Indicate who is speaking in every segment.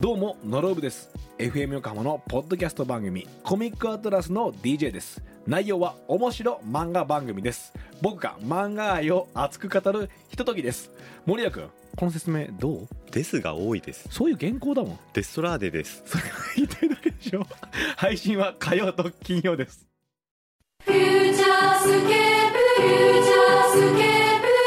Speaker 1: どうもノロブです。 FM 横浜のポッドキャスト番組コミックアトラスの DJ です。内容は面白漫画番組です。僕が漫画愛を熱く語るひとときです。森谷君、この説明どう？
Speaker 2: ですが多いです。
Speaker 1: そういう原稿だもん。
Speaker 2: デストラーデです。
Speaker 1: それが言いたいだけでしょ。配信は火曜と金曜です。
Speaker 3: フューチャースケープ、フューチャースケープ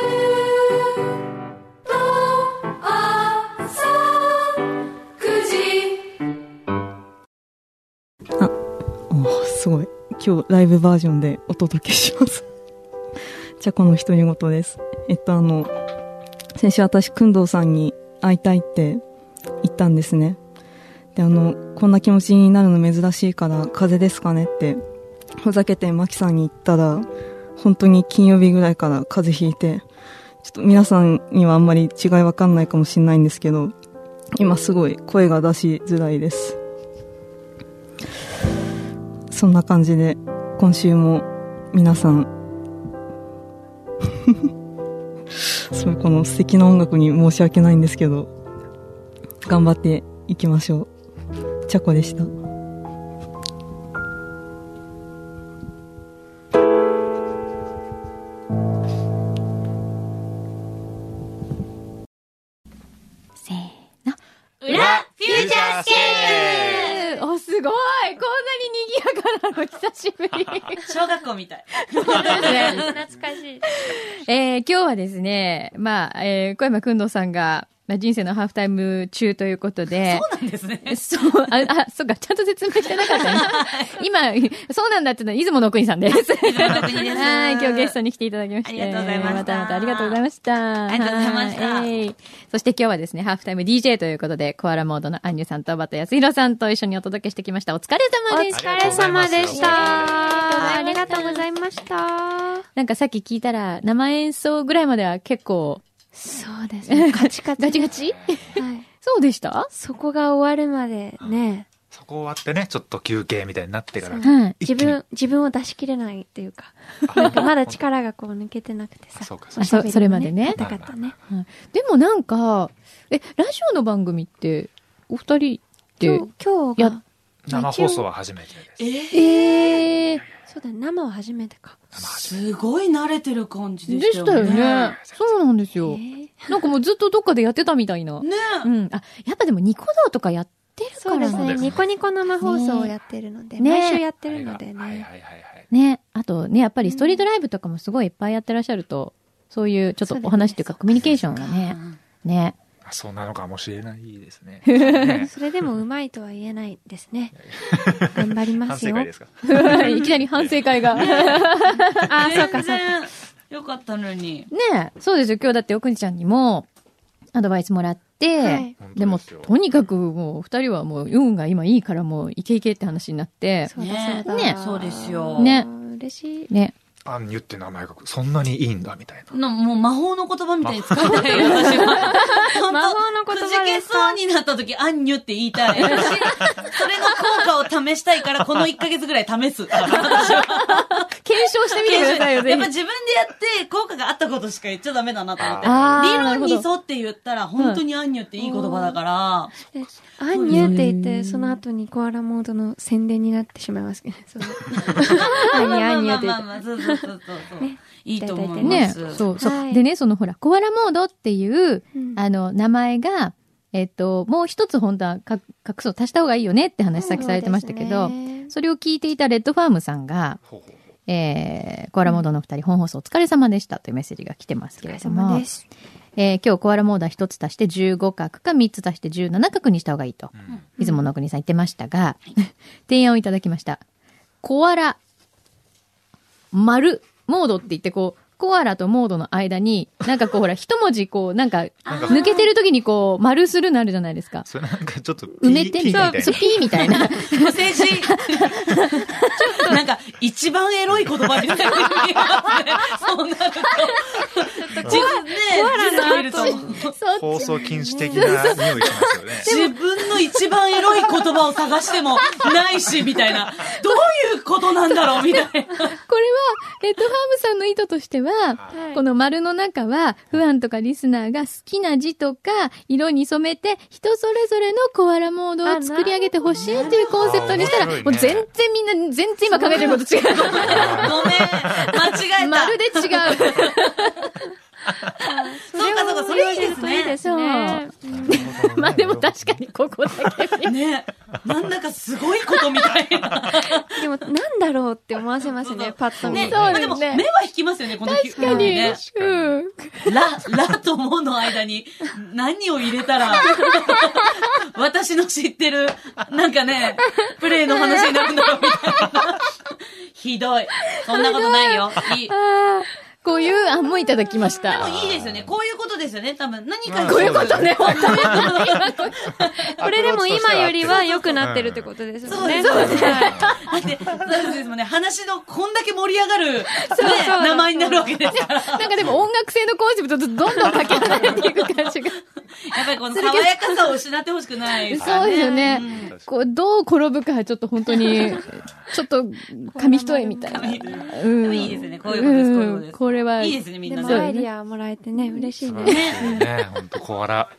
Speaker 4: すごい今日ライブバージョンでお届けしますじゃあこの独り言です。先週私工藤さんに会いたいって言ったんですね。でこんな気持ちになるの珍しいから風邪ですかねってふざけてマキさんに言ったら、本当に金曜日ぐらいから風邪ひいて、ちょっと皆さんにはあんまり違いわかんないかもしれないんですけど、今すごい声が出しづらいです。そんな感じで今週も皆さんそういうこの素敵な音楽に申し訳ないんですけど頑張っていきましょう。ちゃこでした。
Speaker 5: せーの、
Speaker 3: 裏フューチャースケープ。
Speaker 5: お、すごい、こんなに賑やかなの久しぶり
Speaker 6: 小学校みたい。
Speaker 5: 本当ですね。
Speaker 3: 懐かしい。
Speaker 5: 今日はですね、まあ、小山くんどさんが、まあ、人生のハーフタイム中ということで。
Speaker 6: そうなんですね。
Speaker 5: そう、そうか、ちゃんと説明してなかったね。今、そうなんだっていうのは、出雲の国さんです。
Speaker 6: 出雲の国です。
Speaker 5: はい、今日ゲストに来ていただきまして。
Speaker 6: ありがとうございました。
Speaker 5: またありがとうございました。
Speaker 6: ありがとうございました。
Speaker 5: そして今日はですね、ハーフタイム DJ ということで、コアラモードのアンニュさんとバトヤスヒロさんと一緒にお届けしてきました。お疲れ様でした。
Speaker 3: お疲れ様でした。ありがとうございました。
Speaker 5: なんかさっき聞いたら、生演奏ぐらいまでは結構、
Speaker 3: そうですね。カチカチ。
Speaker 5: ガチガチ？はい。そうでした？
Speaker 3: そこが終わるまでね。
Speaker 7: そこ終わってね、ちょっと休憩みたいになってから。
Speaker 5: はい。
Speaker 3: 自分を出し切れないっていうか。なんかまだ力がこう抜けてなくてさ。
Speaker 7: そうか、
Speaker 5: それまでね。
Speaker 3: 痛かったね。
Speaker 5: でもなんか、ラジオの番組って、お二人って、
Speaker 3: 今日が。
Speaker 7: 生放送は初めてです。
Speaker 3: そうだね、生は初めてか。
Speaker 6: すごい慣れてる感じで
Speaker 5: で
Speaker 6: したよね。
Speaker 5: したよね。そうなんですよ。なんかもうずっとどっかでやってたみたいな。
Speaker 6: ね
Speaker 5: うん。あ、やっぱでもニコ動とかやってるから
Speaker 3: そうですね。ニコニコ生放送をやってるので、
Speaker 5: ね
Speaker 3: 毎週やってるのでね。
Speaker 7: はい。
Speaker 5: ね。あとね、やっぱりストリートライブとかもすごいいっぱいやってらっしゃると、そういうちょっとお話っていうかコミュニケーションがね。ね。
Speaker 7: そうなのかもしれないですね。
Speaker 3: それでもうまいとは言えないですね。頑張りますよ。
Speaker 7: 反省会ですか？
Speaker 5: いきなり反省会が。
Speaker 3: あ、そうかそうか。
Speaker 6: よかったのに。
Speaker 5: ねそうですよ。今日だって奥にちゃんにもアドバイスもらって、
Speaker 3: はい、
Speaker 5: でもとにかくもう二人はもう運が今いいからもうイケイケって話になって、
Speaker 3: そうだそうだ。
Speaker 5: ね
Speaker 6: そうですよ。
Speaker 5: ね。
Speaker 3: 嬉しい。
Speaker 5: ね。
Speaker 7: アンニュって名前がそんなにいいんだみたいな。
Speaker 6: もう魔法の言葉みたいに使いたい、私は。
Speaker 3: 魔法の言葉ですか？
Speaker 6: くじけそうになった時、アンニュって言いたい。私、それの効果を試したいから、この1ヶ月ぐらい試す。私は。
Speaker 5: 検証してみてくださいよ、ぜひ。
Speaker 6: やっぱ自分でやって効果があったことしか言っちゃダメだなと思って。
Speaker 5: あー
Speaker 6: 理論に沿って言ったら、本当にアンニュっていい言葉だから。
Speaker 3: アンニュって言って、その後にコアラモードの宣伝になってしまいますけどね。アンニュアンニュって言って。
Speaker 6: まあ、そう。いいと思いま
Speaker 5: ね、
Speaker 6: す。
Speaker 5: そう。
Speaker 3: はい
Speaker 5: でね、そのほら、コアラモードっていう、
Speaker 3: うん
Speaker 5: 名前が、もう一つ本当は画素足した方がいいよねって話さっきされてましたけど、それを聞いていたレッドファームさんが、コアラモードの二人本放送お疲れ様でしたというメッセージが来てますけれども、今日コアラモードは一つ足して15画か3つ足して17画にした方がいいと、出雲の国さん言ってましたが、提案をいただきました。コアラ、丸、モードって言ってこう、コアラとモードの間に、なんかこうほら、一文字こう、なんか、抜けてる時にこう、丸するのあるじゃないですか。
Speaker 7: それなんかちょっと
Speaker 5: 埋めてみたいな。そう、ピーみたいな。
Speaker 6: 政治。ちょっとなんか、一番エロい言葉みたいに見えますね。そうなると。コアラのいると。
Speaker 7: 放送禁止的な匂いしますよね。
Speaker 6: 自分の一番エロい言葉を探してもないし、みたいな。どういうことなんだろうみたいな。
Speaker 5: これは、レッドファームさんの意図としては、
Speaker 3: はい
Speaker 5: この丸の中は、ファンとかリスナーが好きな字とか、色に染めて、人それぞれのコアラモードを作り上げてほしいっていうコンセプトにしたら、
Speaker 7: 面白いね
Speaker 5: もう全然みんな、全然今考えてること違う。
Speaker 6: ごめん、間違えた。
Speaker 5: まるで違う。
Speaker 6: そうかそうか、それいいですね。
Speaker 3: いいですね。
Speaker 5: まあでも確かにここだけ。
Speaker 6: ね。なんだかすごいことみたいな。
Speaker 3: でも、なんだろうって思わせますね、パッと見。
Speaker 6: ね、
Speaker 5: そうですね
Speaker 6: でも目は引きますよね、この
Speaker 5: 確かに。
Speaker 6: ね。
Speaker 5: うん。
Speaker 6: ラとモの間に何を入れたら、私の知ってる、なんかね、プレイの話になるんだろうみたいな。ひどい。そんなことないよ。いい。
Speaker 5: ああ、こういう案もいただきまし
Speaker 6: でも
Speaker 5: た。
Speaker 6: いいですよね。こういうことですよね。多分何か
Speaker 5: こういうことね、本当に。
Speaker 3: これでも今よりは良くなってるってことですもんね。
Speaker 6: そうですね。
Speaker 3: はい
Speaker 6: だって、そうですもんね。話のこんだけ盛り上がる、ね
Speaker 3: そう
Speaker 6: 名前になるわけですから。
Speaker 5: なんかでも音楽性のコンセプトとどんどんかけ離れていく感じが。
Speaker 6: やっぱりこの爽やかさを失ってほしくないですから
Speaker 5: そう
Speaker 6: ね。
Speaker 5: ですよね
Speaker 6: うん。
Speaker 5: こう、どう転ぶか、ちょっと本当に、ちょっと、紙一重みたいな。
Speaker 6: 紙
Speaker 5: うん
Speaker 6: でもいいですね。こういうことです、こういうことです。
Speaker 5: これは、
Speaker 6: いいですね、みん
Speaker 3: で
Speaker 6: なね。
Speaker 3: もアイディアもらえてね、嬉しいね。
Speaker 7: ね、ほんとコアラ。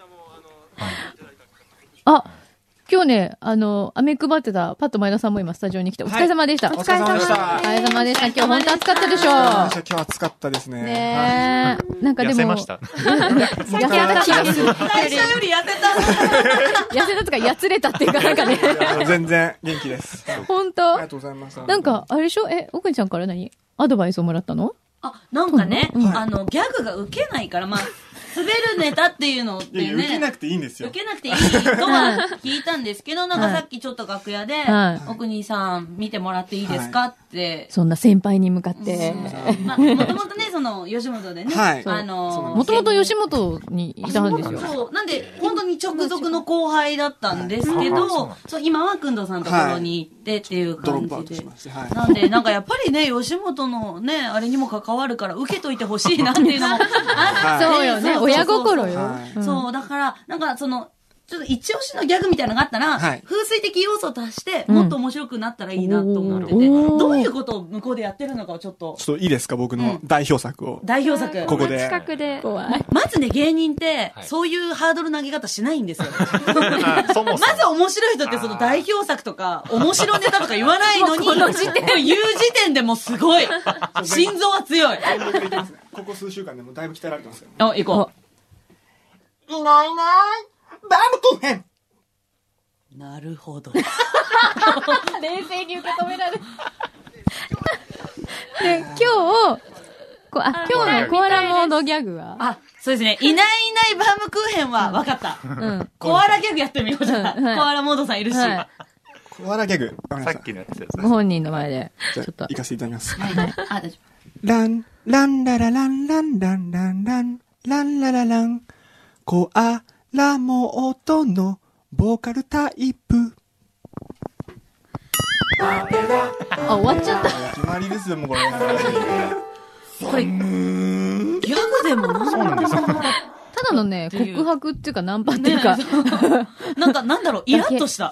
Speaker 5: あ、今日ね、飴配ってたパッと前田さんも今スタジオに来て、お疲れ様でした。
Speaker 3: お疲れ様でした。
Speaker 5: お疲れ様でした。今日本当暑かったでしょ
Speaker 8: 今日暑かったですね。
Speaker 5: ねえ。なんかでも、
Speaker 7: 痩せました。
Speaker 5: 痩せた気がする。
Speaker 6: 最初より痩せた。
Speaker 5: 痩せたとか、やつれたっていうかなんかね。
Speaker 8: 全然元気です。
Speaker 5: 本
Speaker 8: ありが
Speaker 5: 当
Speaker 8: とうございます。
Speaker 5: なんか、あれでしょ奥にちゃんから何アドバイスをもらったの
Speaker 6: あ、なんかね、
Speaker 5: うん
Speaker 6: ギャグが受けないから、まあ、滑るネタっていうのって
Speaker 8: いやいや、
Speaker 6: ね。
Speaker 8: 受けなくていいんですよ。
Speaker 6: 受けなくていいとは聞いたんですけど、なんかさっきちょっと楽屋で、
Speaker 5: はい
Speaker 6: お国さん見てもらっていいですかって、
Speaker 5: そんな先輩に向かって。
Speaker 6: まあ、もともとね、その、吉本でね、
Speaker 8: はい
Speaker 5: もともと吉本にいたんですよ。
Speaker 6: そう。なんで、本当に直属の後輩だったんですけど、そう今はくんどうさんのところに行ってっていう
Speaker 8: ドロップアウ
Speaker 6: 感じで。
Speaker 8: トしまして、はい。
Speaker 6: なんで、なんかやっぱりね、吉本のね、あれにも関わるから受けといてほしいなっていうのもあって。
Speaker 5: そうよね。親心よ。
Speaker 8: はい
Speaker 6: そう、だから、なんかその、ちょっと一押しのギャグみたいなのがあったら、
Speaker 8: はい
Speaker 6: 風水的要素を足して、もっと面白くなったらいいなと思ってて、
Speaker 5: おー
Speaker 6: どういうことを向こうでやってるのかをちょっと、
Speaker 8: ちょっといいですか、僕の代表作を。
Speaker 6: 代表作。
Speaker 8: ここで
Speaker 3: 近くで。
Speaker 5: 怖い。
Speaker 6: まずね、芸人って、
Speaker 7: はい
Speaker 6: そういうハードル投げ方しないんですよ。
Speaker 7: そもそも。
Speaker 6: まず面白い人ってその代表作とか、面白ネタとか言わないのに、
Speaker 5: もうこの時点
Speaker 6: 言う時点でもうすごい。心臓は強い。
Speaker 8: 全力でいきますね。ここ数週間でもだいぶ鍛えられてますよ。
Speaker 6: あ、行こ
Speaker 8: いないいないバームクーヘン
Speaker 6: う。なるほど。
Speaker 5: 冷静に受け止められる。で、今日のコアラモードギャグは
Speaker 6: あ、そうですね。いないいないバームクーヘンは分かった。
Speaker 5: うん。
Speaker 6: コアラギャグやってみようじゃあ。
Speaker 5: うんはい
Speaker 6: コアラモードさんいるし。
Speaker 5: はい。
Speaker 8: コアラギャグ。わかりました。
Speaker 7: さっきのやつですね。
Speaker 5: ご本人の前で。
Speaker 8: じゃあ、
Speaker 5: ちょっと
Speaker 8: 行かせていただきます。
Speaker 6: あ、大丈
Speaker 8: ラン、ランララランランランランラン、ランラララン。コアラモードのボーカルタイプ。
Speaker 5: あ、終わっちゃった。
Speaker 8: 決まりですよ、もうこれ。
Speaker 6: 夫。これ、ギャグでもなん
Speaker 7: そうなんですよ。
Speaker 5: ただのね、告白っていうかナンパっていうか。
Speaker 6: なんか、なんだろう、イラッとした。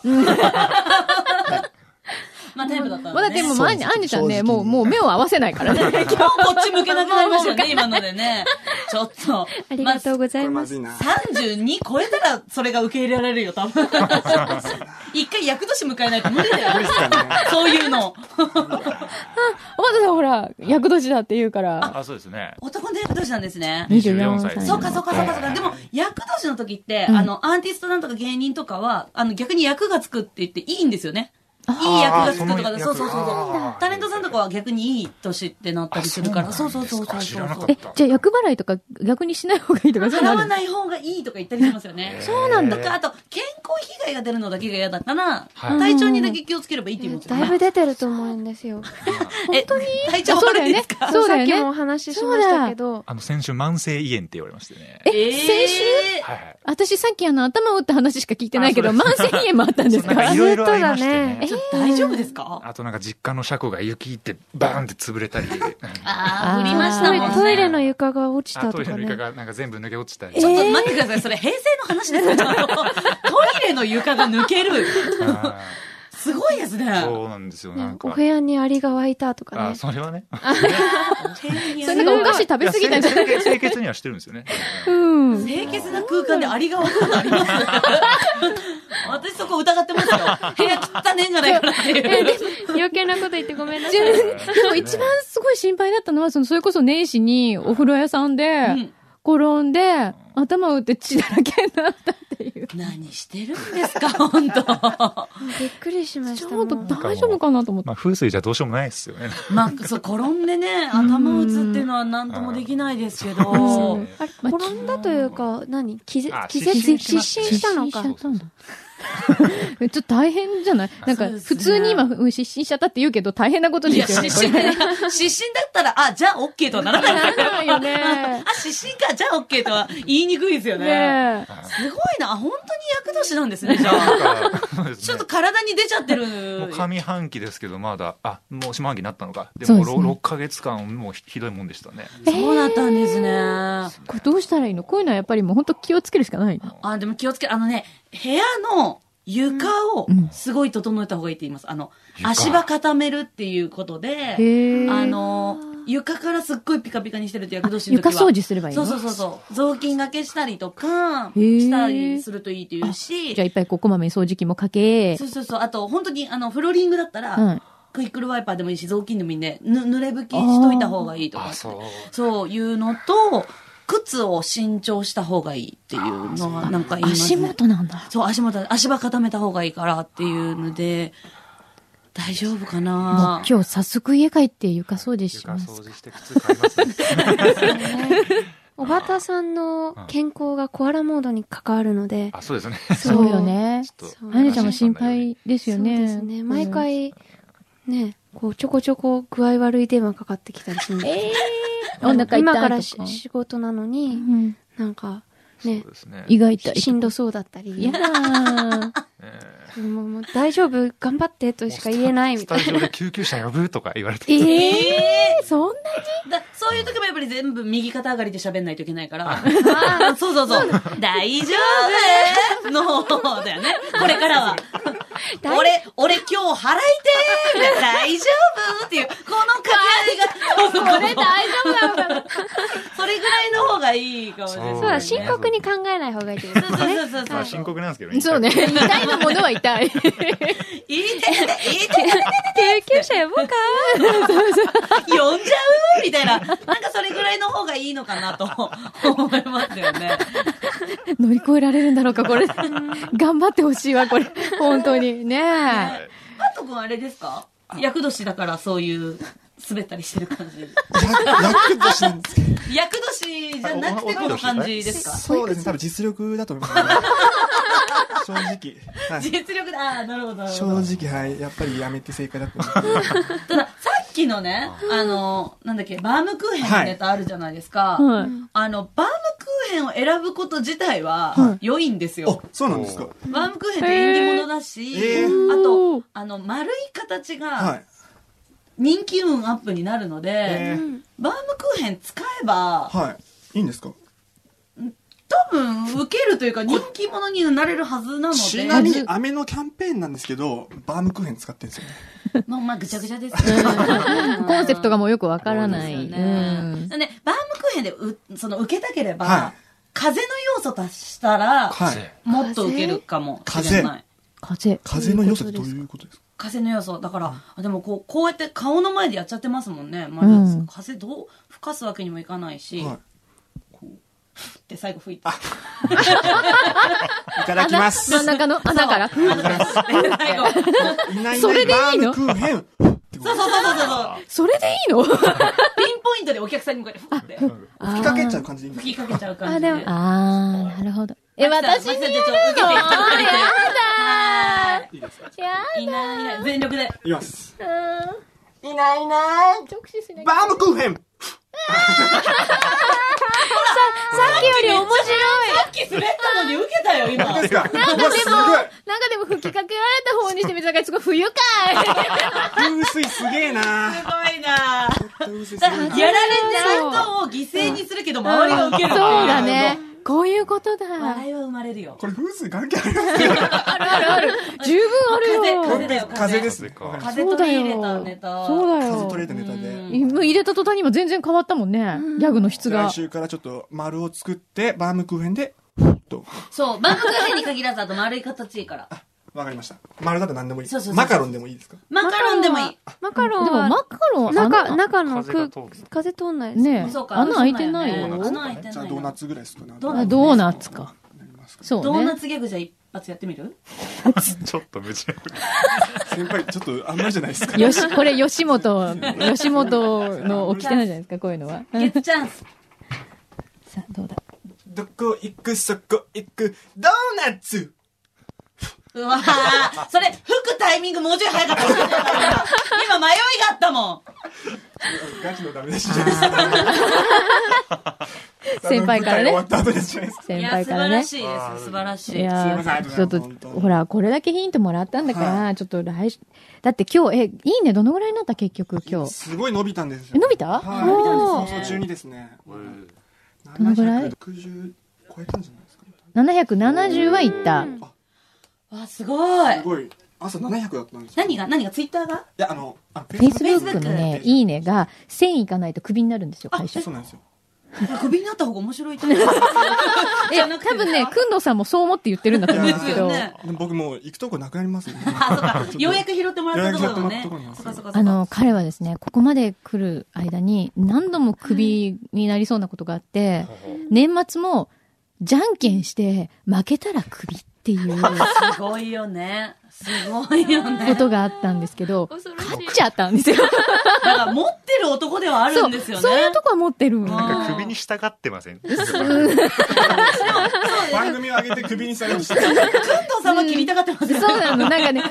Speaker 6: まあ、タイプだった
Speaker 5: まだでも、アンジちゃんね、
Speaker 8: 正直に
Speaker 5: もう目を合わせないからね。
Speaker 6: 今日こっち向けなくなりましたよね、今のでね。ちょっと。
Speaker 3: ありがとうございます。
Speaker 8: これまずいな。
Speaker 6: 32超えたらそれが受け入れられるよ、多分。一回役年迎えないと無理だよ。
Speaker 8: 無理っすかね。
Speaker 6: そういうの。
Speaker 5: おばたさんほら、役年だって言うから。
Speaker 7: あ、そうですね。
Speaker 6: 男の役年なんですね。
Speaker 5: 24歳。
Speaker 6: そうか、そうか、そうか、そうか。でも、役年の時って、アーティストなんとか芸人とかは、逆に役がつくって言っていいんですよね。いい役がつくとかで、そうそうそうそう。タレントさんとかは逆にいい年ってなったりするから、そうそうそうそう。
Speaker 7: 知らなかっ
Speaker 5: え、
Speaker 7: た。
Speaker 5: じゃあ役払いとか逆にしない方がいいとかそういうのある
Speaker 6: 払わない方がいいとか言ったりしますよね。そうなんだ。あと、健康被害が出るのだけが嫌だったら、
Speaker 7: はい
Speaker 6: 体調にだけ気をつければいいって言うんですよね。
Speaker 3: だいぶ出てると思うんですよ。
Speaker 6: 本当に体調悪いですか？
Speaker 5: そうだよね
Speaker 3: さっきもお話ししましたけど、
Speaker 7: 先週慢性胃炎って言われましてね。
Speaker 5: 先週
Speaker 7: はいはい。
Speaker 5: 私さっき頭打った話しか聞いてないけど、慢性胃炎もあったんですか
Speaker 7: なんかいろいろありましてね。
Speaker 6: ちょっと大丈夫ですか？
Speaker 7: あとなんか実家の車庫が雪ってバーンって潰れたり。
Speaker 6: あー、降りましたもんね。
Speaker 3: トイレの床が落ちたとか
Speaker 7: トイレの床
Speaker 3: ね。
Speaker 7: がなんか全部抜け落ちたり。
Speaker 6: ちょっと待ってください。それ平成の話ですよ。トイレの床が抜ける。
Speaker 7: あ
Speaker 6: すすごいですね。
Speaker 7: そうなんですよ、なんか。
Speaker 3: お部屋にアリが湧いたとかね。
Speaker 7: あ、それはね。
Speaker 5: それなんかお菓子食べ過ぎたんじゃない？
Speaker 7: 清潔にはしてるんですよね。
Speaker 5: うん。
Speaker 6: 清潔な空間でアリが湧くことあります？私そこ疑ってますよ。部屋汚ねえんじゃないかなっていう。
Speaker 3: 余計なこと言ってごめんなさい。
Speaker 5: でも一番すごい心配だったのは、それこそ年始にお風呂屋さんで、転んで、頭を打って血だらけになったっていう。
Speaker 6: 何してるんですか、本当。
Speaker 3: びっくりしました。
Speaker 5: ちょっと大丈夫かなと思って。
Speaker 7: まあ、風水じゃどうしようもないですよね。
Speaker 6: まあ、そう、転んでね、頭を打つっていうのは何ともできないですけど。
Speaker 3: あれ、転んだというか、失神したのか。
Speaker 5: ちょっと大変じゃない？なんか、普通に今、失神しちゃったって言うけど、大変なことですよね。
Speaker 6: 失神だったら、あ、じゃあ OK とはならない。
Speaker 5: ならないよね。
Speaker 6: あ、失神か、じゃあ OK とは言いにくいですよね。すごいな。本当に厄年なんですね、じゃあ。ちょっと体に出ちゃってる。
Speaker 7: もう上半期ですけど、まだ、もう下半期になったのか。でも、6ヶ月間、もうひどいもんでしたね。
Speaker 6: そうだったんですね。
Speaker 5: これどうしたらいいの？こういうのはやっぱりもう本当気をつけるしかないの？
Speaker 6: でも気をつけ、部屋の床をすごい整えた方がいいって言います。足場固めるっていうことで、床からすっごいピカピカにしてると厄年の時は。
Speaker 5: 床掃除すればいいの？
Speaker 6: そう。雑巾がけしたりとか、したりするといいっていうし。
Speaker 5: じゃあいっぱいこまめに掃除機もかけ。
Speaker 6: そう。あと、本当にフローリングだったら、クイックルワイパーでもいいし、雑巾でもいいんで、濡れ拭きしといた方がいいとか。そういうのと、靴を新調した方がいいっていうのはなんか言いますね。
Speaker 5: 足元なんだ。
Speaker 6: そう、足場固めた方がいいからっていうので、大丈夫かな？
Speaker 5: 今日早速家帰って床掃除します。
Speaker 7: 床掃除して靴買いますね。
Speaker 3: 小畑さんの健康がコアラモードに関わるので。
Speaker 7: そうですね。
Speaker 5: そうよね。あねちゃんも心配ですよね。
Speaker 3: そうですね。毎回、ね、ちょこちょこ具合悪い電話かかってきたりするんで。
Speaker 5: お腹痛いとか。
Speaker 3: 今から仕事なのに、なんか、ね、
Speaker 5: 胃が痛い。
Speaker 3: しんどそうだったり。
Speaker 5: いやー。
Speaker 3: もう大丈夫頑張ってとしか言えないみたいな。
Speaker 7: スタジオで救急車呼ぶとか言われて。
Speaker 5: そんなに？
Speaker 6: そういう時もやっぱり全部右肩上がりで喋んないといけないから。そう。大丈夫の方だよね。これからは。俺今日払いてー大丈夫っていう、この掛け合いが。
Speaker 5: それ大丈夫だよ。
Speaker 6: それぐらいの方がいいかもしれない。
Speaker 3: そうだ、深刻に考えない方がいいってことね。
Speaker 6: そう。
Speaker 7: 深刻なんですけどね。
Speaker 5: そうね。痛いのものは痛い。
Speaker 6: 救
Speaker 3: 急車呼ぼうか
Speaker 6: 呼んじゃうみたいな。なんかそれぐらいの方がいいのかなと思いますよね。
Speaker 5: 乗り越えられるんだろうか、これ。頑張ってほしいわ、これ。本当に。ねえ。
Speaker 6: パット君あれですか？厄年だからそういう滑ったりしてる感じ。
Speaker 8: 厄年なんですけど。
Speaker 6: 厄年じゃなくてこの感じですか？
Speaker 8: そうですね。多分実力だと思いますね。正直。
Speaker 6: 実力だ。なるほど。
Speaker 8: 正直、はい。やっぱりやめて正解だと思います。
Speaker 6: ただ、さっきのね、なんだっけ、バームクーヘンのネタあるじゃないですか。バームクーヘンを選ぶこと自体は良いんですよ。
Speaker 8: そうなんですか。
Speaker 6: バームクーヘンって縁起物だし、あと、丸い形が、人気運アップになるので、バームクーヘン使えば、
Speaker 8: いいんですか？
Speaker 6: 多分、受けるというか人気者になれるはずなので。
Speaker 8: ちなみに、飴のキャンペーンなんですけど、バームクーヘン使ってるんですよね。
Speaker 6: まあ、ぐちゃぐちゃですね。
Speaker 5: コンセプトがもうよくわからない。
Speaker 6: バームクーヘンで受けたければ、風の要素足したら、もっと受けるかもしれない。
Speaker 8: 風の要素ってどういうことですか？
Speaker 6: 風の要素。だから、でもこうやって顔の前でやっちゃってますもんね。風どう吹かすわけにもいかないし、って最後吹いて。
Speaker 8: いただきます。
Speaker 5: 真ん中の穴から。
Speaker 8: いないバームクーヘン。
Speaker 6: そう。
Speaker 5: それでいいの？
Speaker 6: ピンポイントでお客さんに向かって吹き
Speaker 8: かけちゃう感じでいいんですか？
Speaker 6: 吹きかけちゃう感じで。
Speaker 5: なるほど。私に言うの？やだ
Speaker 6: いない。全力で。
Speaker 8: いきます。
Speaker 6: いない。
Speaker 8: バームクーヘン。
Speaker 3: さっきより面白い。
Speaker 6: さっき滑ったのに受けたよ、今。
Speaker 8: なんか
Speaker 5: でも吹きかけられた方にしてみたらすごい不愉快。
Speaker 8: 風水すげえな。
Speaker 6: すごいな。やられてる人を犠牲にするけど周りが受ける。
Speaker 5: そうだね。こういうことだ。
Speaker 6: 笑いは生まれるよ。
Speaker 8: これ風水関係ありますよ。
Speaker 5: ある。十分あるよ。
Speaker 6: 風だよ。
Speaker 8: 風ですね。
Speaker 7: 風か
Speaker 6: 風取り入れたネタ。
Speaker 5: そうだよ。
Speaker 8: 風取れたネタで。
Speaker 5: もう入れた途端に今全然変わったもんね。ギャグの質が
Speaker 8: 来。週からちょっと丸を作って、バームクーヘンで、と。
Speaker 6: そう、バームクーヘンに限らず、あと丸い形いいから。
Speaker 8: わかりました。丸だと何でもいい。
Speaker 6: そうそうそう
Speaker 8: マカロンでもいいですか？
Speaker 6: マカロンでもいい。
Speaker 3: マカロン
Speaker 5: でも
Speaker 3: は、
Speaker 5: マカロン、
Speaker 3: 中の風通んないです
Speaker 5: ね
Speaker 6: そうか。
Speaker 5: 穴開いてないよ。
Speaker 6: 穴開いてない。
Speaker 8: じゃあドーナツぐらいですかね。
Speaker 6: ドーナツ
Speaker 5: ドーナツか。そうね。
Speaker 6: ドーナツギャグじゃ一発やってみる？
Speaker 7: ちょっと無事。
Speaker 8: 先輩、ちょっとあんまりじゃないですか。
Speaker 5: これ吉本の掟なんじゃないですか、こういうのは。
Speaker 6: ゲッツチャンス。
Speaker 5: さあ、どうだ。
Speaker 8: どこ行くそこ行く、ドーナツ
Speaker 6: うわぁ、それ、吹くタイミングもうちょい早かった。今迷いがあったもん。
Speaker 8: ガチのダメ出しじゃないですか。
Speaker 5: 先輩からね
Speaker 8: 舞台終わった後ですじゃないですか。
Speaker 5: 先
Speaker 6: いや、素
Speaker 5: 輩からね。
Speaker 6: 晴らしいです。素晴らしい。
Speaker 5: いや
Speaker 8: すいませんありがとうございます
Speaker 5: ちょっと、ほら、これだけヒントもらったんだから、ちょっと来週、だって今日、いいね、どのぐらいになった結局今日。
Speaker 8: すごい伸びたんですよ。
Speaker 5: 伸びた
Speaker 8: はい、伸びたんです。放送中にですね。
Speaker 5: どのぐらい
Speaker 8: ?760 超えたんじゃないですか。
Speaker 5: 770はいった。
Speaker 6: わ、すごい。
Speaker 8: すごい。朝700だったんですよ。
Speaker 6: 何がツイッターが
Speaker 8: いや、
Speaker 5: フェイスブックのね、いいねが1000いかないとクビになるんですよ、会社。
Speaker 8: そうなんですよ。
Speaker 6: クビになった方が面白いと思う。
Speaker 5: 多分ね、くんどうさんもそう思って言ってるんだと思うんですけど。
Speaker 8: 僕もう行くとこなくなりますよね。
Speaker 6: あ、そうか。ようやく拾ってもらったところだもんね。
Speaker 8: ようやく拾ってもらったところなんですよ
Speaker 6: そかそか
Speaker 5: 彼はですね、ここまで来る間に何度もクビになりそうなことがあって、年末もじゃんけんして負けたらクビっていう
Speaker 6: すごいよね。すごいよね。
Speaker 5: ことがあったんですけど、勝っちゃったんですよ。
Speaker 6: だから持ってる男ではあるんですよね。
Speaker 5: そういうとこは持ってる。
Speaker 7: なんか首に従ってません？
Speaker 8: 番組を上げてクビにされました。
Speaker 6: 関東さんは切りたがってますよね。
Speaker 5: そうなの。なんかね、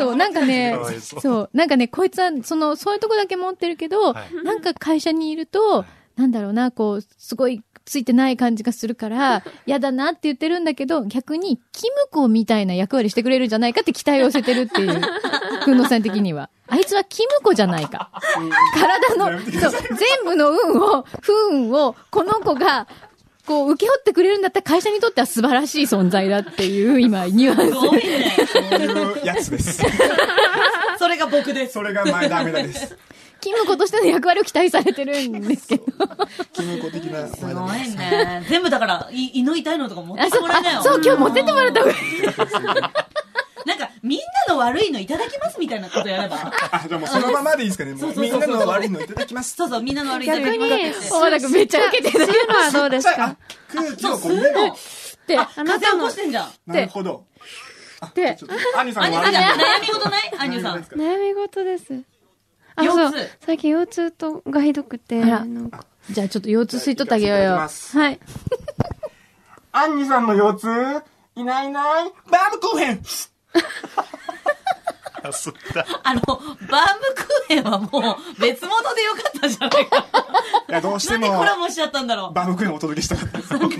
Speaker 5: こいつは、そういうとこだけ持ってるけど、なんか会社にいると、なんだろうな、こう、すごいついてない感じがするから、嫌だなって言ってるんだけど、逆に、キムコみたいな役割してくれるんじゃないかって期待を寄せてるっていう、くんのさん的には。あいつはキムコじゃないか。体の、そう、全部の不運を、この子が、こう、受け負ってくれるんだったら会社にとっては素晴らしい存在だっていう、今、ニュアンス。
Speaker 6: すごいね。
Speaker 8: そういうやつです。
Speaker 6: それが僕です。
Speaker 8: それが前ダメだです。
Speaker 5: キムコとしての役割を期待されてるんですけど。
Speaker 8: キムコ的な
Speaker 6: すごいね。全部だから、胃の痛いのとか持ってもらえないよ。
Speaker 5: そう、今日持ってってもらった方がいい。
Speaker 6: なんか、みんなの悪いのいただきますみたいなことやれば。
Speaker 8: じゃあもうそのままでいいですかね。みんなの悪いのいただきます。
Speaker 6: そうそう、みんなの悪いのいただきますって言って。
Speaker 5: 大和田くんめっちゃ受けてる。
Speaker 3: そういうのはどうですか？
Speaker 8: 空気をこう入れろ。
Speaker 5: で、
Speaker 6: 風起こしてんじゃん。
Speaker 8: なるほど。
Speaker 5: で、
Speaker 8: アニさんの
Speaker 6: アニさん、
Speaker 8: 悪いの。
Speaker 6: 悩み事ないアニさん。
Speaker 3: 悩み事です。
Speaker 6: 腰痛
Speaker 3: そう。最近腰痛がひどくて。
Speaker 5: あらじゃあちょっと腰痛吸いとってあげようよ。
Speaker 3: はい。
Speaker 8: アンニさんの腰痛いないいないバームクーヘン
Speaker 7: 吸った。
Speaker 6: バームクーヘンはもう別物でよかったじゃないか。
Speaker 8: いや、どうして
Speaker 6: なんで
Speaker 8: も
Speaker 6: コラボしちゃったんだろう。
Speaker 8: バームクーヘンをお届けしたかったです。
Speaker 6: でも、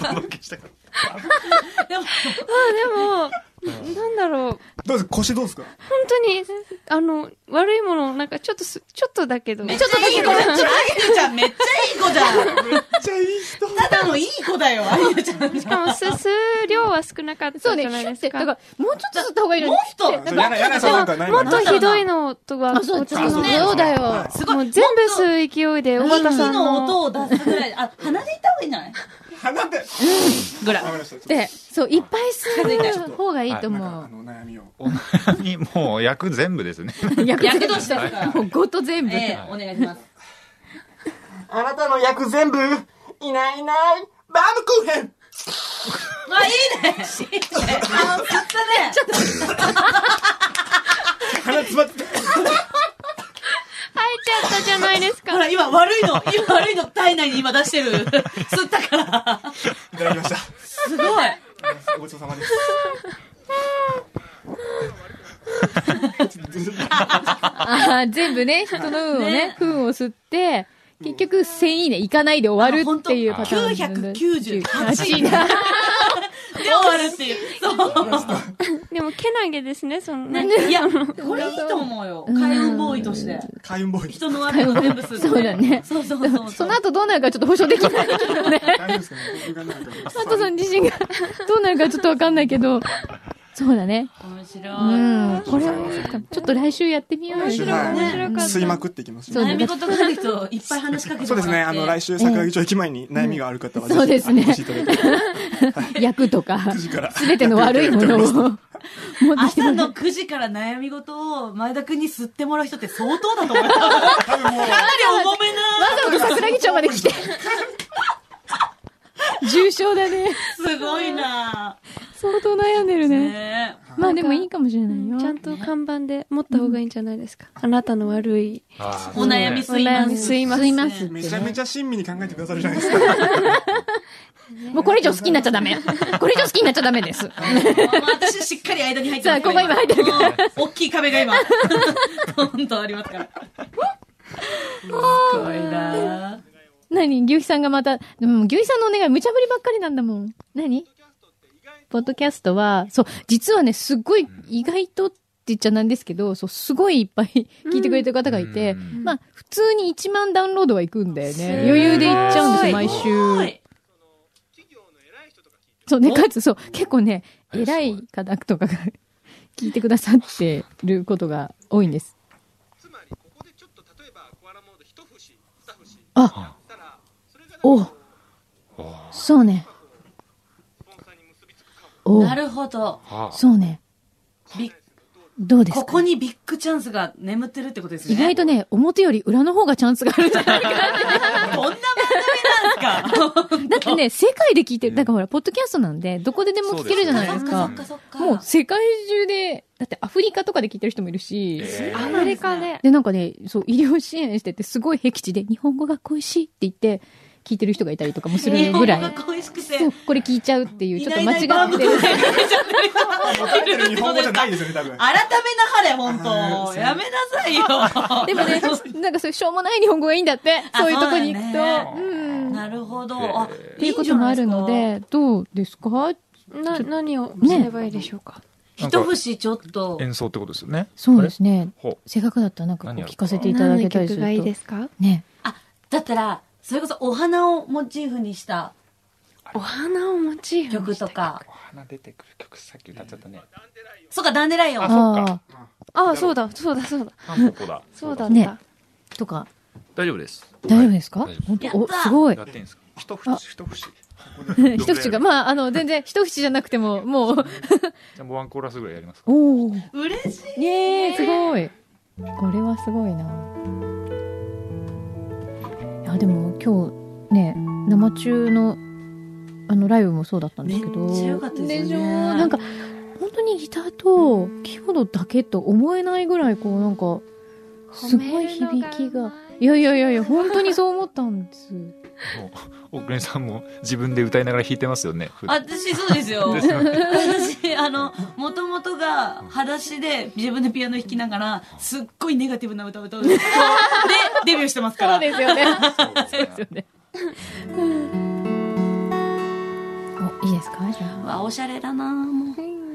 Speaker 3: なんだろう。
Speaker 8: どうです腰どうですか？
Speaker 3: 本当に、悪いもの、なんかちょっとだけど。
Speaker 6: めっちゃいい子じゃん。アイヌちゃんめっちゃいい子じゃん。
Speaker 8: めっちゃいい人。
Speaker 6: ただのいい子だよ、アイヌちゃん。
Speaker 3: しかも吸う量は少なかった
Speaker 5: そうね、
Speaker 3: じゃないですか。
Speaker 5: だから、もうちょっと吸った方がいいのに。
Speaker 6: もっと
Speaker 8: やなさんなんかないの
Speaker 3: もっとひどいのとは、
Speaker 5: そう
Speaker 3: 落ち着くね。
Speaker 5: そうだよ。
Speaker 6: すごい。
Speaker 3: もう全部吸う勢いで、尾形さん
Speaker 6: の
Speaker 3: の。
Speaker 6: 音を出すぐらい。あ、鼻で言った方がいいんじゃない
Speaker 8: 鼻で。
Speaker 6: ぐらい。
Speaker 8: わかりました。
Speaker 5: で、そう、いっぱい吸う方がいいと思う。
Speaker 8: 悩みを。
Speaker 7: にもう役全部ですね。
Speaker 6: 役年ですから。
Speaker 5: もうごと全部。
Speaker 6: お願いします。
Speaker 8: あなたの役全部、いないいない、バームクーヘン
Speaker 6: あ、いいね。吸ったね。ちょっと。
Speaker 8: 鼻詰まって
Speaker 3: 入っちゃったじゃないですか。
Speaker 6: ほら、今悪いの体内に今出してる。吸ったから。
Speaker 8: いただきました。
Speaker 6: すごい。
Speaker 8: ごちそうさまです。
Speaker 5: 全部ね、人の運をね、運を吸って、結局1000いいねいかないで終わるっていうパターン。
Speaker 6: 998位だ。で終わるっていう。そう。
Speaker 3: でも、けなげですね、そのね。
Speaker 6: いや、これいいと思うよ。開運ボーイとして。
Speaker 8: 開運ボーイ。
Speaker 6: 人の悪いの全部吸って。
Speaker 5: そうだね。
Speaker 6: そうそうそう。
Speaker 5: その後どうなるかちょっと保証できないけどね。
Speaker 8: 大丈夫ですかね？僕がなんか
Speaker 5: 佐藤さん自身がどうなるかちょっとわかんないけど、 そうだね。
Speaker 6: 面白い。
Speaker 5: これ、ちょっと来週やってみようよ。
Speaker 8: 面白かった。吸いまくっていきます。
Speaker 6: 悩み事がある人、いっぱい話しかけて
Speaker 8: そうですね。来週、桜木町駅前に悩みがある方は、そうですね。お越しいただいて。
Speaker 5: 役とか、すべての悪いものを。
Speaker 6: 朝の9時から悩み事を前田くんに吸ってもらう人って相当だと思う。かなり重めな。わ
Speaker 5: ざわざ桜木町まで来て。重症だね。
Speaker 6: すごいな。
Speaker 5: 相当悩んでるね。まあでもいいかもしれないよ。
Speaker 3: ちゃんと看板で持った方がいいんじゃないですか。あなたの悪い
Speaker 6: お悩み吸います。
Speaker 8: めちゃめちゃ親身に考えてくださるじゃないですか。
Speaker 5: もうこれ以上好きになっちゃダメ。これ以上好きになっちゃダメです。
Speaker 6: 私しっかり間に入ってます。
Speaker 5: さあ、ここ今入ってるから。
Speaker 6: 大きい壁が今、本当ありますから。すごいな。
Speaker 5: 何牛肥さんがまた、でも牛肥さんのお願い無茶ぶりばっかりなんだもん。何ポッドキャストは、そう、実はね、すっごい意外とって言っちゃなんですけど、そう、すごいいっぱい聞いてくれてる方がいて、まあ、普通に1万ダウンロードはいくんだよね。余裕でいっちゃうんですよ、毎週。そうね、かつ、そう、結構ね、偉い方とかが聞いてくださってることが多いんです。あ、お、そうね。
Speaker 6: なるほど。
Speaker 5: そうね。どうですか？
Speaker 6: ここにビッグチャンスが眠ってるってことですね。
Speaker 5: 意外とね、表より裏の方がチャンスがあるんじゃないかな。
Speaker 6: こんな番組なんですか？
Speaker 5: だってね、世界で聞いてる、だからほら、ポッドキャストなんで、どこででも聞けるじゃないですか。もう世界中で、だってアフリカとかで聞いてる人もいるし、
Speaker 3: アフリカで。
Speaker 5: で、なんかね、そう、医療支援してて、すごい僻地で、日本語が恋しいって言って、聞いてる人がいたりとかもするぐらい。そう、これ聞いちゃうっていう、ちょっと間違ってる。
Speaker 8: 日本語じゃないですよね、多分。
Speaker 6: 改めなはれ、本当やめなさいよ。
Speaker 5: でもね、なんかそういうしょうもない日本語がいいんだって。そういうとこに行くと。
Speaker 6: なるほど。
Speaker 5: っていうこともあるので、どうですか？
Speaker 3: 何をすればいいでしょうか？
Speaker 6: 一節ちょっと。
Speaker 7: 演奏ってことですよね。
Speaker 5: そうですね。せっかくだったらなんか聞かせていただけたりすると。
Speaker 3: 何の曲がいいですか？
Speaker 5: ね。
Speaker 6: あ、だったら、それこそお花をモチーフにした。
Speaker 3: お花をモチーフ
Speaker 6: 曲とか。
Speaker 7: お花出てくる曲さっき歌っちゃったね。
Speaker 6: そうか、ダンデライオン。
Speaker 3: ああ、そうだ。そうだった。
Speaker 5: ね。とか。
Speaker 7: 大丈夫です。
Speaker 5: 大丈夫ですか？本当、お、すごい。
Speaker 7: やってんですか？一節。
Speaker 5: 一節が、まあ、全然一節じゃなくても、もう。
Speaker 7: じゃあワンコーラスぐらいやりますか？
Speaker 5: おお。
Speaker 6: 嬉しい。
Speaker 5: ねえ、すごい。これはすごいな。いや、でも今日ね、生中のライブもそうだったんですけど。
Speaker 6: めっちゃ良かったですよね。
Speaker 5: でしょ？なんか、本当にギターとキーボードだけと思えないぐらい、こうなんか、すごい響きが。いや、本当にそう思ったんです。
Speaker 7: 奥根さんも自分で歌いながら弾いてますよね。
Speaker 6: 私そうですよ。私、もともとが裸足で自分でピアノ弾きながら、すっごいネガティブな歌を歌う。で、デビューしてますから。
Speaker 5: そうですよね。そうですよね。お、いいですか？じゃあ。
Speaker 6: おしゃれだなもう。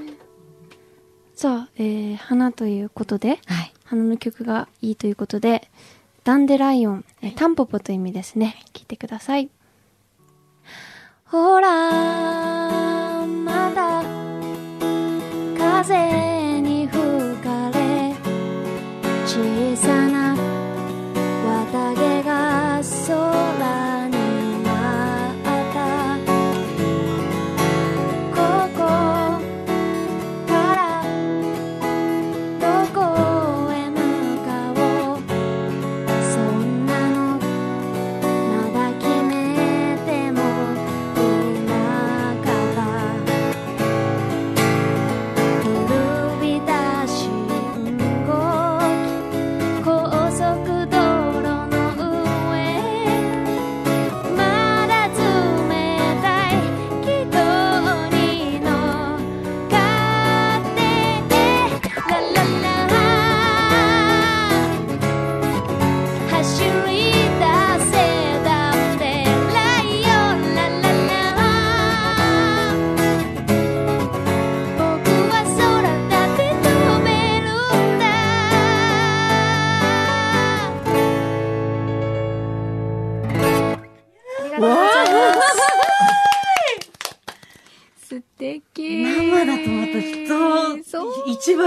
Speaker 3: さあ、花ということで、
Speaker 5: はい、
Speaker 3: 花の曲がいいということで、ダンデライオン、タンポポという意味ですね。聞いてください。ほら、まだ風に吹かれ、小さな綿毛が空に舞った。ここからどこへ向かおう、そんなのまだ決めてもいなかった。ぐるぐ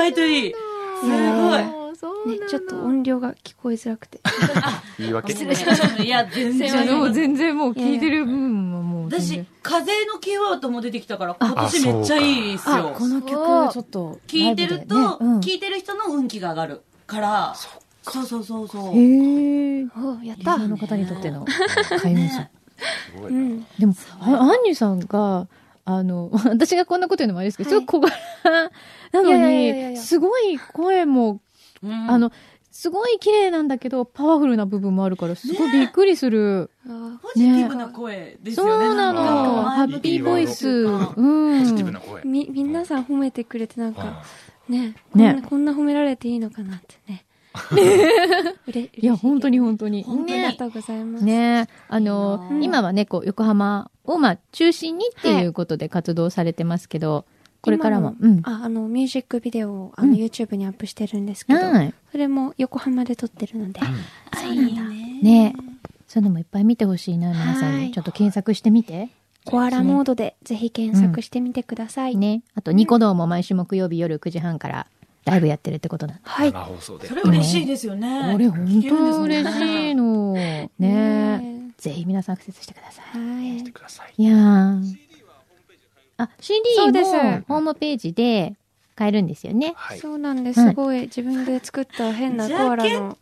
Speaker 6: 外といい。すごい。
Speaker 3: ね、ちょっと音量が聞こえづらくて。
Speaker 2: 言い訳。
Speaker 6: 失礼しました。いや、全然。
Speaker 5: 全然もう聞いてる部分ももう。
Speaker 6: 私、風のキーワードも出てきたから、今年めっちゃいいですよ。
Speaker 5: この曲、ちょっと。
Speaker 6: 聞いてると、聞いてる人の運気が上がるから、そう。
Speaker 5: へー。
Speaker 3: やった。
Speaker 5: あの方にとっての開運さ。
Speaker 2: すごいな。
Speaker 5: でも、アンニュさんが、私がこんなこと言うのもあれですけど、すごい小柄なのに、すごい声も、すごい綺麗なんだけど、パワフルな部分もあるから、すごいびっくりする。
Speaker 6: ポジティブな声ですよね。
Speaker 5: そうなの。ハッピーボイス。
Speaker 7: ポジティブな声。
Speaker 3: 皆さん褒めてくれてなんか、ね、こんな褒められていいのかなってね。
Speaker 5: いや、本当に。
Speaker 3: ありがとうございます。
Speaker 5: ね、今はね、こう、横浜を、中心にっていうことで活動されてますけど、これからも。
Speaker 3: ミュージックビデオをYouTube にアップしてるんですけど、それも横浜で撮ってるので。
Speaker 6: そうなんだ。
Speaker 5: ね。そういうのもいっぱい見てほしいな、皆さんに。ちょっと検索してみて。
Speaker 3: コアラモードでぜひ検索してみてください。
Speaker 5: ね。あと、ニコ動も毎週木曜日夜9時半からライブやってるってことなんで。
Speaker 3: はい。
Speaker 7: 生放送で。
Speaker 6: それ嬉しいですよね。
Speaker 5: これ本当嬉しいの。ね。ぜひ皆さんアクセスしてください。
Speaker 3: はい。
Speaker 7: してください。
Speaker 5: いやー。CD
Speaker 3: そうです
Speaker 5: もホームページで買えるんですよね。
Speaker 7: はい。
Speaker 3: そうなんです。すごい自分で作った変なコアラの。
Speaker 6: ジャケットが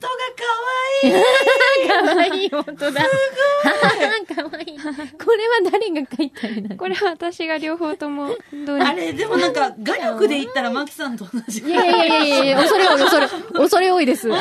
Speaker 6: 可愛い。
Speaker 5: かわいい、本当だ。すごい。かわいい。これは誰が書いたりなん
Speaker 3: これは私が両方ともどうに
Speaker 6: あれ、でもなんか、画力で言ったらマキさんと同じ。
Speaker 5: いや、恐れ多いです。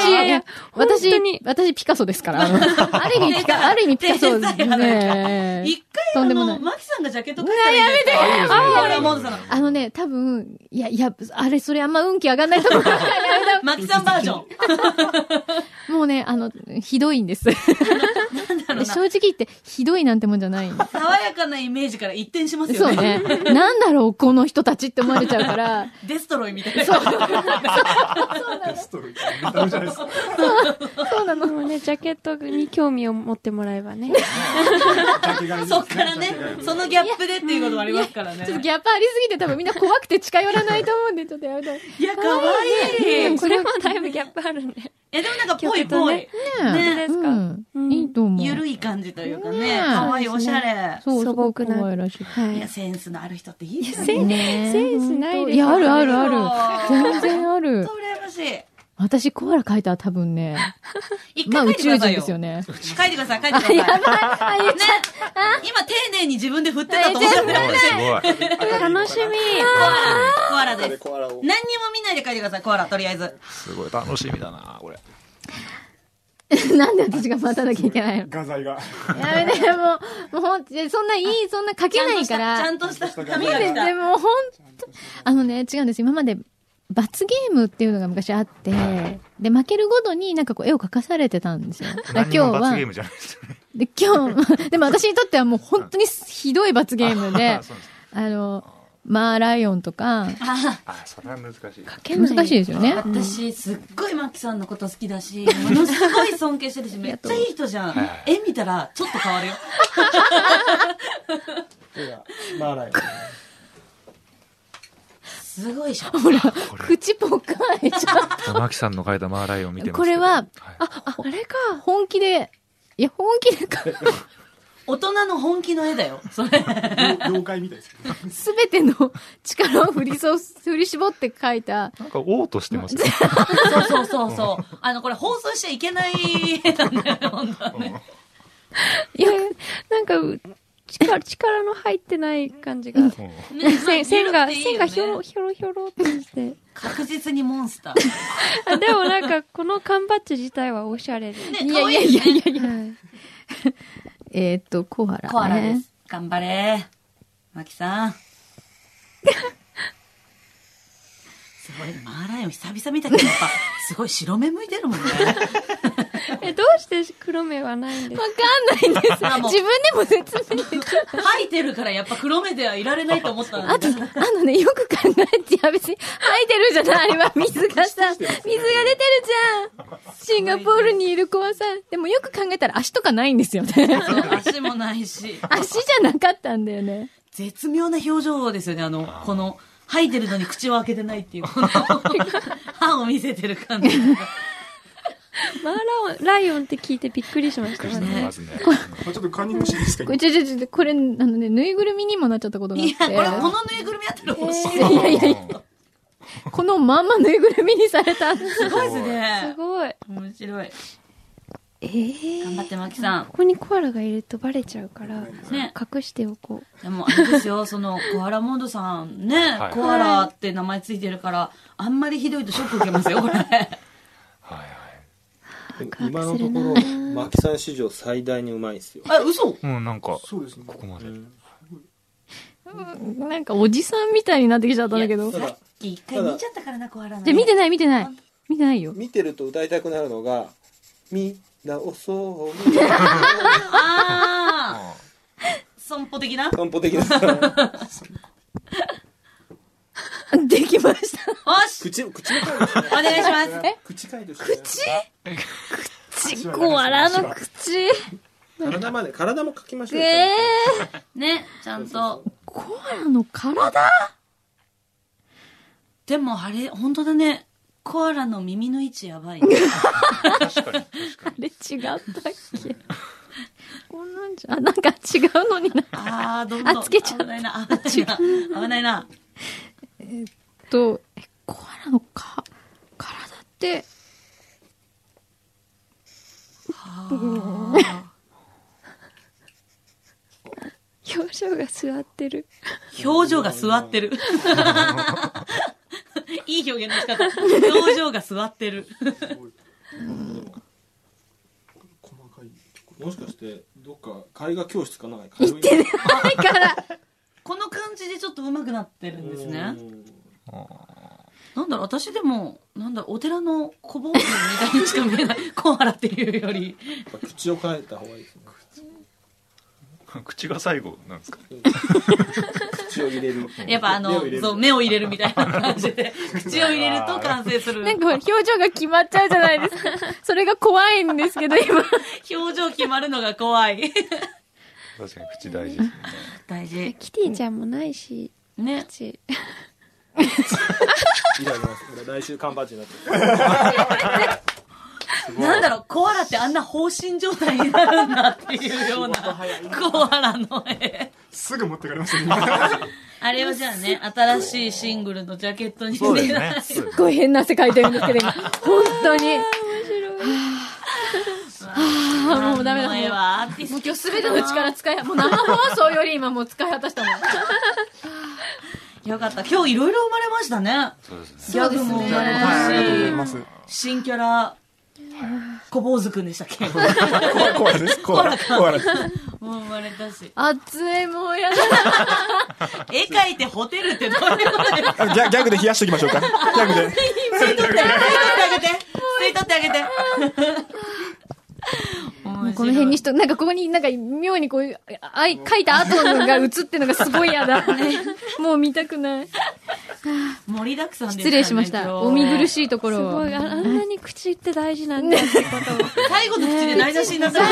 Speaker 5: 私ピカソですから。ある意味ピカソですね。
Speaker 6: 一
Speaker 5: とんで
Speaker 6: 回
Speaker 5: もない
Speaker 6: マキさんがジャケット書いたらいいですか？やめて！あれ、モードさん。
Speaker 5: 多分、いや、それあんま運気上がんないと思う。
Speaker 6: マキさんバージョン。
Speaker 5: もうね、ひどいんです。正直言って、ひどいなんてもんじゃない。
Speaker 6: 爽やかなイメージから一転しますよね。
Speaker 5: そうね。なんだろう、この人たちって思われちゃうから。
Speaker 6: デストロイみたいな。
Speaker 8: デストロイ見た目じゃないですか。
Speaker 3: そうなの。もうね、ジャケットに興味を持ってもらえばね。
Speaker 6: そっからね、そのギャップでっていうこともありますからね。
Speaker 5: ちょっとギャップありすぎて多分みんな怖くて近寄らないと思うんで、ちょっとやめて。
Speaker 6: いや、かわいい。
Speaker 3: これもだいぶギャップあるね。
Speaker 6: いや、でもなんかぽいぽい。
Speaker 5: ね
Speaker 3: ですか。
Speaker 5: いいと思う。
Speaker 6: ゆるい感じというかね。かわいい、おしゃれ。
Speaker 5: そう、
Speaker 3: 素朴な。
Speaker 5: 可愛らしい。
Speaker 6: いや、センスのある人っていいです
Speaker 3: センスないです。
Speaker 5: いや、ある。全然ある。
Speaker 6: 羨ましい。
Speaker 5: 私、コアラ描いたら多分ね、宇宙人ですよね。
Speaker 6: 書いてください。ね。今、丁寧に自分で振ってたと思うんだよね。
Speaker 7: すごい。
Speaker 3: 楽しみ。
Speaker 6: コアラです。何にも見ないで書いてください、コアラ、とりあえず。
Speaker 7: すごい楽しみだな、これ。
Speaker 5: なんで私が待たなきゃいけないの？
Speaker 8: 画材が。
Speaker 5: やめて、もうほんと、そんな書けないから。
Speaker 6: ちゃんとした紙が来た。
Speaker 5: でもほんと、違うんです。今まで、罰ゲームっていうのが昔あって、で、負けるごとになんかこう絵を描かされてたんですよ。
Speaker 7: 今日は。罰ゲームじゃないですよね。
Speaker 5: で、でも私にとってはもう本当にひどい罰ゲームで、マーライオンとか。
Speaker 7: それは難しい。
Speaker 5: 難しいですよね。
Speaker 6: 私、すっごいマキさんのこと好きだし、ものすごい尊敬してるし、めっちゃいい人じゃん。絵見たら、ちょっと変わるよ。
Speaker 8: マーライオン。
Speaker 6: すごいじゃん。
Speaker 5: ほら、口ぽっか開いちゃう。
Speaker 7: マキさんの描いたマーライオン見てます。
Speaker 5: これは、あれか、本気でか。
Speaker 6: 大人の本気の絵だよ、それ。
Speaker 8: 妖怪みたいですけど。
Speaker 5: すべての力を振り絞って描いた。
Speaker 7: なんか、おーとしてますよ。
Speaker 6: そう。これ放送しちゃいけない絵なんだよ、本当はね。
Speaker 3: いや、なんか、力の入ってない感じが。線がひょろひょろってして。
Speaker 6: 確実にモンスタ
Speaker 3: ー。でもなんか、この缶バッジ自体はおしゃれで。
Speaker 6: いや。
Speaker 5: コアラね。
Speaker 6: コアラです。頑張れ。マキさん。すごい、マーライオン久々見たけど、やっぱ、すごい白目向いてるもんね。
Speaker 3: どうして黒目はないんですか？
Speaker 5: わかんないんです。自分でも説明できない。
Speaker 6: 吐いてるからやっぱ黒目ではいられないと思ったん
Speaker 5: あと、よく考えて、いや別に吐いてるじゃない、あれは水がさ、水が出てるじゃん。シンガポールにいる子はさ、でもよく考えたら足とかないんですよね。
Speaker 6: 足もないし。
Speaker 5: 足じゃなかったんだよね。
Speaker 6: 絶妙な表情ですよね、この、 吐いてるのに口を開けてないっていう。歯を見せてる感じ。
Speaker 3: マーライオンって聞いてびっくりしましたね。
Speaker 7: まずね。
Speaker 8: ちょっとカニ欲しいですか？
Speaker 5: これ、これ、ぬいぐるみにもなっちゃったことがあって。
Speaker 6: いや、これ、このぬいぐるみあったら欲しい。
Speaker 5: いや、このまんまぬいぐるみにされた。
Speaker 6: すごいですね。
Speaker 3: すごい。
Speaker 6: 面白い。頑張って、マキさん。
Speaker 3: ここにコアラがいるとバレちゃうから、
Speaker 6: ね。
Speaker 3: 隠しておこう。
Speaker 6: でも、あれですよ、コアラモードさんね、
Speaker 7: はい
Speaker 6: コアラって名前ついてるから、あんまりひどいとショック受けますよ、これ。
Speaker 7: はいはい。
Speaker 9: 今のところマキさん史上最大にうまいですよ。
Speaker 6: 嘘？
Speaker 7: なんか、
Speaker 8: そうですね。
Speaker 7: ここまで。
Speaker 5: なんかおじさんみたいになってきちゃったんだけど。
Speaker 9: ただ
Speaker 6: 一回見ちゃったからな、コアラの。
Speaker 5: じゃ、見てないよ。
Speaker 9: 見てると歌いたくなるのがみ直そう。
Speaker 6: ああ。損保的な？
Speaker 9: 散歩的な。
Speaker 5: できました。
Speaker 6: よし
Speaker 9: 口の回ですね。
Speaker 6: お願いします。
Speaker 9: 口回でしたね。
Speaker 5: コアラの口。
Speaker 9: 体も描きましょうよ。
Speaker 6: ね、ちゃんと。
Speaker 5: コアラの体？
Speaker 6: でもあれ、本当だね。コアラの耳の位置やばい。
Speaker 7: 確かに。
Speaker 5: あれ違ったっけ？こんなんじゃ、なんか違うのにな。
Speaker 6: どんどん。
Speaker 5: つけちゃう。
Speaker 6: 危ないな。危ないな。
Speaker 5: コアラの体って、
Speaker 3: 表情が座ってる。
Speaker 6: 表情が座ってる。いい表現の仕方。表情が座ってる。
Speaker 9: もしかしてどっか絵画教室かな？
Speaker 5: 言ってないから。
Speaker 6: この感じでちょっと上手くなってるんですね。なんだろう、私でも、お寺の小坊主みたいにしか見えない。コアラっていうより。
Speaker 9: 口を変えた方がいいですね。
Speaker 7: 口が最後なんですか？
Speaker 9: 口を入れる。
Speaker 6: やっぱそう、目を入れるみたいな感じで、口を入れると完成する。
Speaker 5: なんか表情が決まっちゃうじゃないですか。それが怖いんですけど、今。
Speaker 6: 表情決まるのが怖い。
Speaker 7: 確かに口大事ですね。
Speaker 6: 大事。
Speaker 3: キティちゃんもないし、
Speaker 6: ね。
Speaker 3: 口。
Speaker 9: いただきます。来週缶バッジになってる。
Speaker 6: なんだろう、コアラってあんな放心状態になるんだっていうようなコアラの絵。
Speaker 8: すぐ持ってかれますよね。
Speaker 6: あれはじゃあね、新しいシングルのジャケットに
Speaker 7: そうですね。
Speaker 5: すっごい変な汗かいてるんですけど、今。本当に。
Speaker 3: 面白い。
Speaker 5: もうダメだ。もう今日すべての力使い、もう生放送より今もう使い果たしたもん。
Speaker 6: よかった。今日いろいろ生まれましたね。
Speaker 7: そうですね。
Speaker 6: ギャグも生まれ
Speaker 8: ありがとうござい
Speaker 6: たし、
Speaker 8: ます。
Speaker 6: 新キャラ、小坊主くんでしたっけ？
Speaker 8: コアラです。コアラです。
Speaker 6: もう生まれたし。
Speaker 5: 熱い、もうやだ。
Speaker 6: 絵描いてホテルってどういうことですか？
Speaker 8: ギャグで冷やしておきましょうか。ギャグで。
Speaker 6: 吸い取ってあげて。吸い取ってあげて。
Speaker 5: この辺になんかここになんか妙にこういう、書いた後のが映ってるのがすごい嫌だ。もう見たくない。
Speaker 6: 盛りだくさんです
Speaker 5: 失礼しました。お見苦しいところを。
Speaker 3: すごい、あんなに口って大事なんだってことを。
Speaker 6: 最後の口で台無しになった。
Speaker 3: 期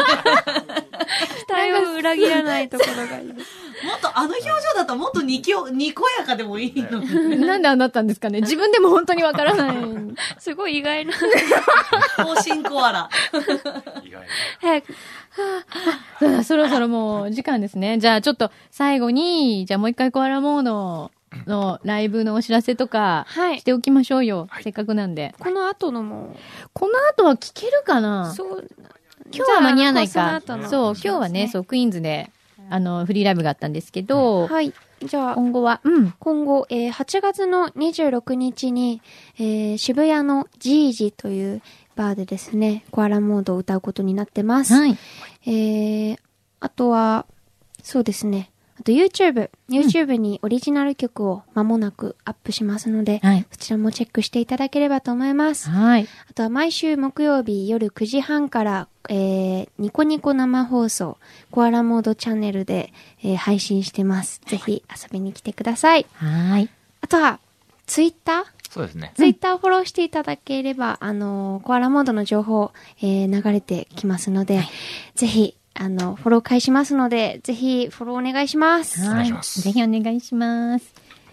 Speaker 3: 待を裏切らないところがいいです。
Speaker 6: もっとあの表情だともっとにこやかでもいいのに。
Speaker 5: なんでああなったんですかね。自分でも本当にわからない。
Speaker 3: すごい意外な。
Speaker 6: 方針コアラ。
Speaker 7: 意外。
Speaker 3: 早く。
Speaker 5: そろそろもう時間ですね。じゃあちょっと最後に、じゃあもう一回コアラモードのライブのお知らせとかしておきましょうよ。せっかくなんで。
Speaker 3: この後のも。
Speaker 5: この後は聞けるかな？
Speaker 3: そう。
Speaker 5: 今日は間に合わないか。
Speaker 3: そう、
Speaker 5: 今日はね、そう、クイーンズで、フリーライブがあったんですけど、
Speaker 3: はい。じゃあ、
Speaker 5: 今後は、
Speaker 3: 今後、8月の26日に、渋谷のジージというバーでですね、コアラモードを歌うことになってます。
Speaker 5: はい。
Speaker 3: あとは、そうですね。あと YouTube にオリジナル曲を間もなくアップしますので、
Speaker 5: はい、
Speaker 3: そちらもチェックしていただければと思います。
Speaker 5: はい。
Speaker 3: あとは毎週木曜日夜9時半から、ニコニコ生放送、コアラモードチャンネルで、配信してます。ぜひ遊びに来てください。
Speaker 5: はい。
Speaker 3: あとは、Twitter？
Speaker 7: そうですね。
Speaker 3: Twitter をフォローしていただければ、コアラモードの情報、流れてきますので、ぜひ、フォロー返しますので、ぜひフォローお願いします。
Speaker 7: お願いします。
Speaker 5: ぜひお願いします。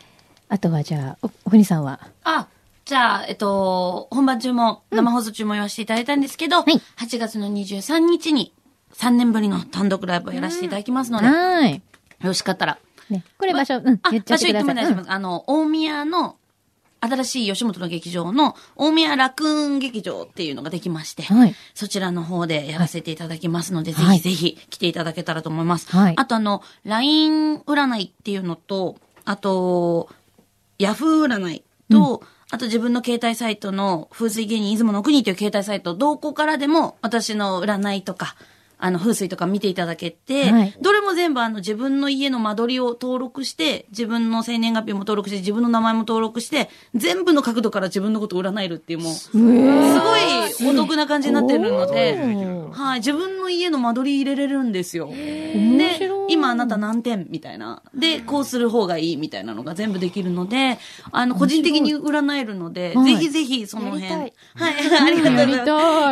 Speaker 5: あとはじゃあ、おふにさんは。
Speaker 6: じゃあ、本番中も、生放送中も言わせていただいたんですけど、8月の23日に3年ぶりの単独ライブをやらせていただきますので、よろしかったら。
Speaker 5: ね、これ場所、言っちゃってください。
Speaker 6: 場所言っても大丈夫です。大宮の、新しい吉本の劇場の大宮ラクーン劇場っていうのができまして、そちらの方でやらせていただきますので、ぜひぜひ来ていただけたらと思います。あとLINE 占いっていうのと、あと、ヤフー占いと、あと自分の携帯サイトの風水芸人出雲の国という携帯サイト、どこからでも私の占いとか、風水とか見ていただけて、どれも全部自分の家の間取りを登録して、自分の生年月日も登録して、自分の名前も登録して、全部の角度から自分のことを占えるっていう、もう、すごいお得な感じになってるので、自分の家の間取り入れれるんですよ。で、今あなた何点みたいな。で、こうする方がいいみたいなのが全部できるので、個人的に占えるので、ぜひぜひその辺、ありがとうございます。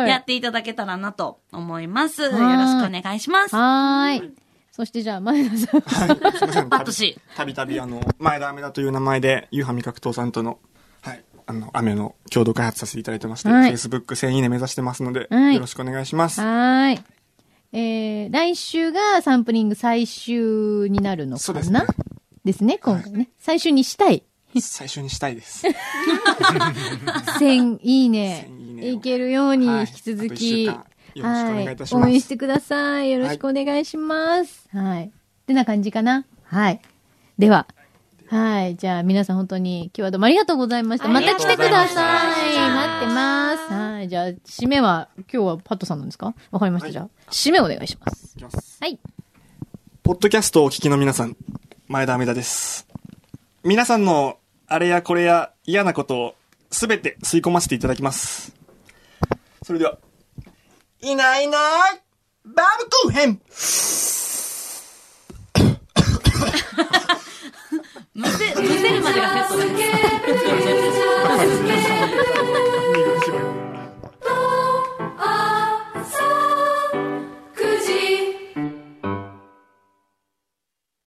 Speaker 6: やっていただけたらなと思います。よろしくお願いします。
Speaker 5: そしてじゃあ、前田さん。
Speaker 8: すいません。たびたび前田アメダという名前で、夕飯味覚党さんとの、アメの共同開発させていただいてまして、Facebook 1000いいね目指してますので、よろしくお願いします。
Speaker 5: 来週がサンプリング最終になるのかなですね、今回ね。最終にしたい。
Speaker 8: 最終にしたいです。
Speaker 5: 1000いいね。いけるように引き続き、応援してください。よろしくお願いします。ってな感じかな。では、じゃあ皆さん本当に今日はどうもありがとうございました。また来てください。待ってます。じゃあ、締めは、今日はパットさんなんですか？わかりました。じゃあ、締めお願いします。
Speaker 8: ポッドキャストをお聞きの皆さん、前田アメダです。皆さんのあれやこれや嫌なことをすべて吸い込ませていただきます。それでは、いないいないバームクーヘン
Speaker 6: むせるまでがセットです。